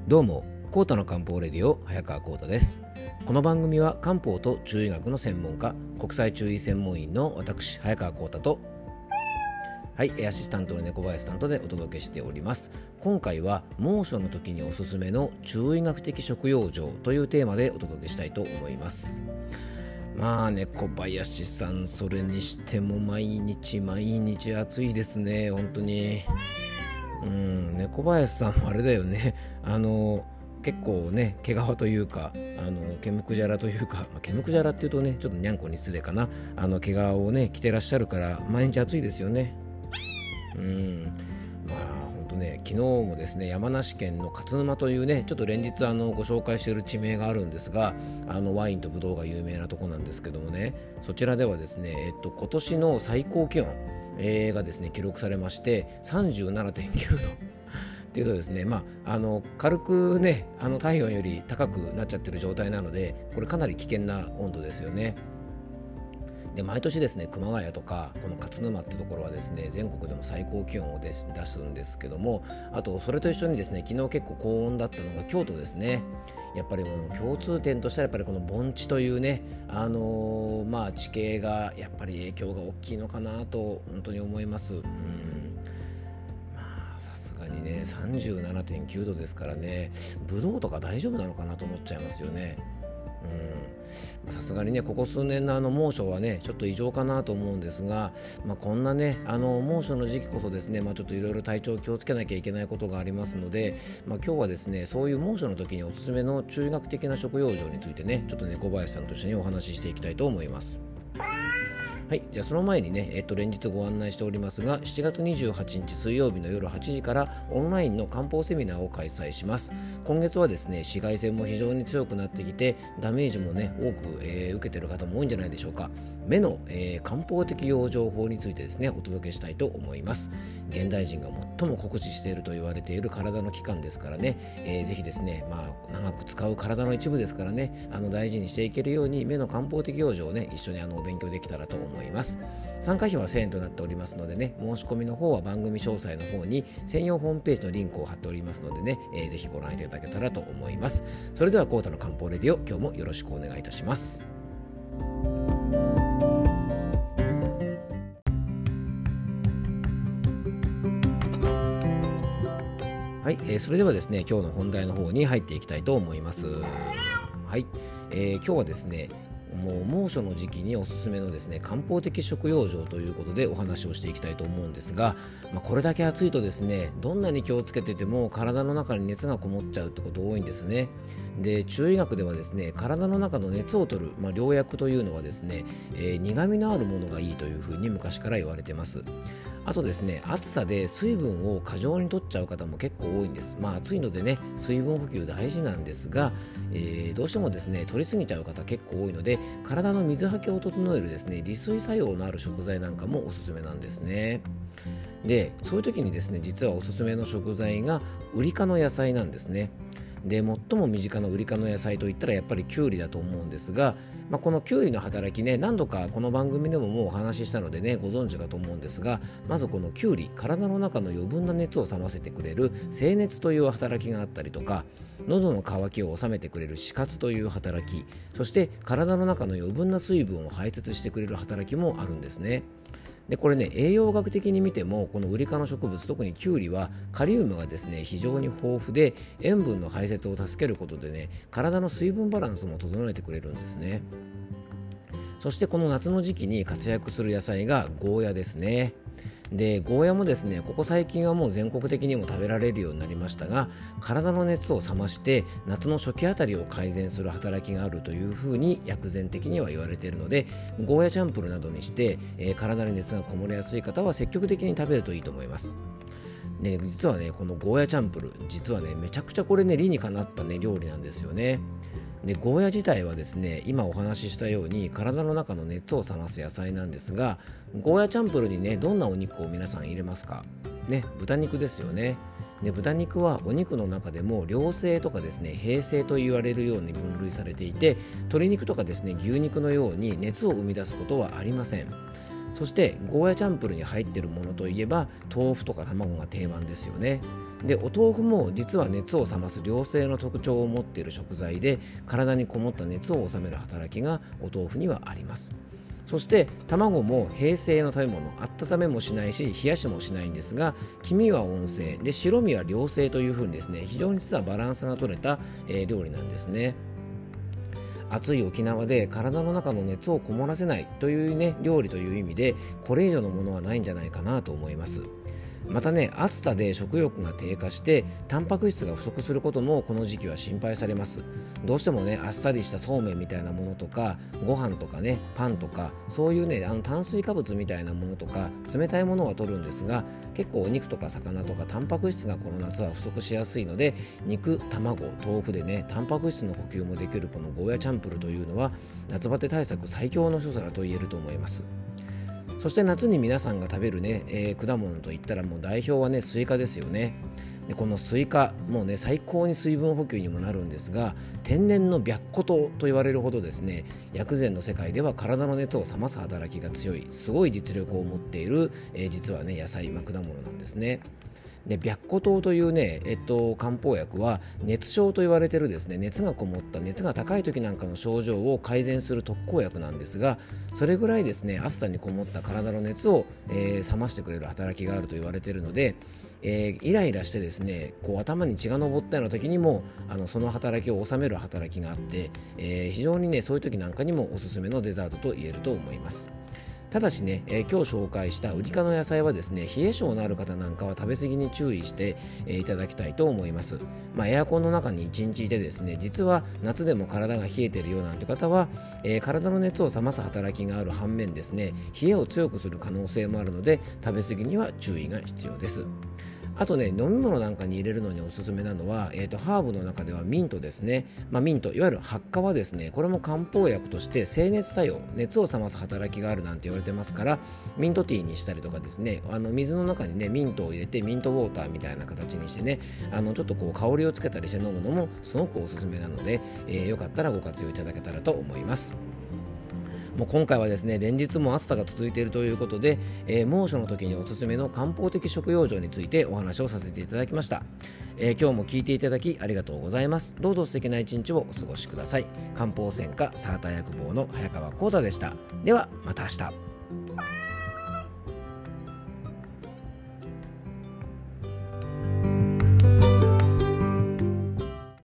どうも、コータの漢方レディオ早川コータです。この番組は漢方と中医学の専門家、国際中医専門医の私早川コータとアシスタントの猫林さんとでお届けしております。今回は猛暑の時におすすめの中医学的食養生というテーマでお届けしたいと思います。猫林さん、それにしても毎日暑いですね、本当に。猫林さんもあれだよね、結構ね毛皮というか毛むくじゃらというか、毛むくじゃらっていうとねちょっとにゃんこに失礼かな、毛皮をね着てらっしゃるから毎日暑いですよね。本当ね、昨日もですね山梨県の勝沼というねちょっと連日ご紹介している地名があるんですが、ワインとブドウが有名なとこなんですけどもね、そちらではですね、今年の最高気温、がですね記録されまして 37.9 度っていうとですね、軽くね体温より高くなっちゃってる状態なので、これかなり危険な温度ですよね。で毎年ですね熊谷とかこの勝沼ってところはですね全国でも最高気温を出すんですけども、あとそれと一緒にですね昨日結構高温だったのが京都ですね。やっぱり共通点としてはやっぱりこの盆地というね地形がやっぱり影響が大きいのかなと本当に思います。さすがにね 37.9 度ですからね、ブドウとか大丈夫なのかなと思っちゃいますよね。さすがにねここ数年の猛暑はねちょっと異常かなと思うんですが、こんなね猛暑の時期こそですね、ちょっといろいろ体調を気をつけなきゃいけないことがありますので、今日はですねそういう猛暑の時におすすめの中医学的な食養生についてねちょっと猫林さんと一緒にお話ししていきたいと思います。じゃあその前にね、連日ご案内しておりますが、7月28日水曜日の夜8時からオンラインの漢方セミナーを開催します。今月はですね紫外線も非常に強くなってきてダメージもね多く、受けている方も多いんじゃないでしょうか。目の、漢方的養生法についてですねお届けしたいと思います。現代人が最も酷使していると言われている体の器官ですからね、ぜひですね、長く使う体の一部ですからね大事にしていけるように目の漢方的養生をね一緒にお勉強できたらと思います。参加費は1000円となっておりますのでね、申し込みの方は番組詳細の方に専用ホームページのリンクを貼っておりますのでね、ぜひご覧いただけたらと思います。それではコータの漢方レディオ、今日もよろしくお願いいたします。それではですね今日の本題の方に入っていきたいと思います。今日はですねもう猛暑の時期におすすめのですね漢方的食養生ということでお話をしていきたいと思うんですが、これだけ暑いとですねどんなに気をつけてても体の中に熱がこもっちゃうってこと多いんですね。で中医学ではですね体の中の熱を取る、良薬というのはですね、苦味のあるものがいいというふうに昔から言われてます。あとですね暑さで水分を過剰に取っちゃう方も結構多いんです。暑いのでね水分補給大事なんですが、どうしてもですね取りすぎちゃう方結構多いので、体の水はけを整えるですね利水作用のある食材なんかもおすすめなんですね。でそういう時にですね実はおすすめの食材がウリ科の野菜なんですね。で最も身近なウリ科の野菜といったらやっぱりキュウリだと思うんですが、このキュウリの働きね何度かこの番組でももうお話ししたのでねご存知かと思うんですが、まずこのキュウリ、体の中の余分な熱を冷ませてくれる清熱という働きがあったりとか、喉の渇きを治めてくれる止渇という働き、そして体の中の余分な水分を排泄してくれる働きもあるんですね。でこれね栄養学的に見てもこのウリ科の植物、特にキュウリはカリウムがですね非常に豊富で、塩分の排泄を助けることでね体の水分バランスも整えてくれるんですね。そしてこの夏の時期に活躍する野菜がゴーヤですね。でゴーヤもですねここ最近はもう全国的にも食べられるようになりましたが、体の熱を冷まして夏の初期あたりを改善する働きがあるというふうに薬膳的には言われているので、ゴーヤチャンプルなどにして、体に熱がこもりやすい方は積極的に食べるといいと思います。実はねこのゴーヤチャンプル、実はねめちゃくちゃこれね理にかなったね料理なんですよね。でゴーヤ自体はですね今お話ししたように体の中の熱を冷ます野菜なんですが、ゴーヤチャンプルにねどんなお肉を皆さん入れますかね。豚肉ですよね。で豚肉はお肉の中でも良性とかですね平性と言われるように分類されていて、鶏肉とかですね牛肉のように熱を生み出すことはありません。 そしてゴーヤチャンプルに入っているものといえば豆腐とか卵が定番ですよね。でお豆腐も実は熱を冷ます良性の特徴を持っている食材で、体にこもった熱を収める働きがお豆腐にはあります。そして卵も平成の食べ物、温めもしないし冷やしもしないんですが、黄身は温性で白身は良性というふうにですね、非常に実はバランスが取れた、料理なんですね。暑い沖縄で体の中の熱をこもらせないというね料理という意味で、これ以上のものはないんじゃないかなと思います。またね、暑さで食欲が低下してタンパク質が不足することもこの時期は心配されます。どうしてもね、あっさりしたそうめんみたいなものとかご飯とかね、パンとかそういうね炭水化物みたいなものとか冷たいものは取るんですが、結構お肉とか魚とかタンパク質がこの夏は不足しやすいので、肉、卵、豆腐でねタンパク質の補給もできるこのゴーヤチャンプルというのは夏バテ対策最強の一皿と言えると思います。そして夏に皆さんが食べるね、果物といったらもう代表はねスイカですよね。でこのスイカもうね最高に水分補給にもなるんですが、天然の白虎糖と言われるほどですね、薬膳の世界では体の熱を冷ます働きが強い、すごい実力を持っている、実はね野菜、果物なんですね。で白虎糖というね、漢方薬は熱症と言われているですね、熱がこもった熱が高い時なんかの症状を改善する特効薬なんですが、それぐらいですね暑さにこもった体の熱を、冷ましてくれる働きがあると言われているので、イライラしてですねこう頭に血が上ったような時にもその働きを収める働きがあって、非常にねそういう時なんかにもおすすめのデザートと言えると思います。ただしね、今日紹介したウリ科の野菜はですね、冷え性のある方なんかは食べ過ぎに注意して、いただきたいと思います。エアコンの中に1日いてですね、実は夏でも体が冷えているようなんて方は、体の熱を冷ます働きがある反面ですね、冷えを強くする可能性もあるので、食べ過ぎには注意が必要です。あとね、飲み物なんかに入れるのにおすすめなのは、ハーブの中ではミントですね。ミント、いわゆるハッカはですね、これも漢方薬として清熱作用、熱を冷ます働きがあるなんて言われてますから、ミントティーにしたりとかですね、水の中にねミントを入れてミントウォーターみたいな形にしてね、ちょっとこう香りをつけたりして飲むのもすごくおすすめなので、よかったらご活用いただけたらと思います。もう今回はですね連日も暑さが続いているということで、猛暑の時におすすめの漢方的食養生についてお話をさせていただきました。今日も聞いていただきありがとうございます。どうぞ素敵な一日をお過ごしください。漢方専科サーター薬房の早川浩太でした。ではまた明日。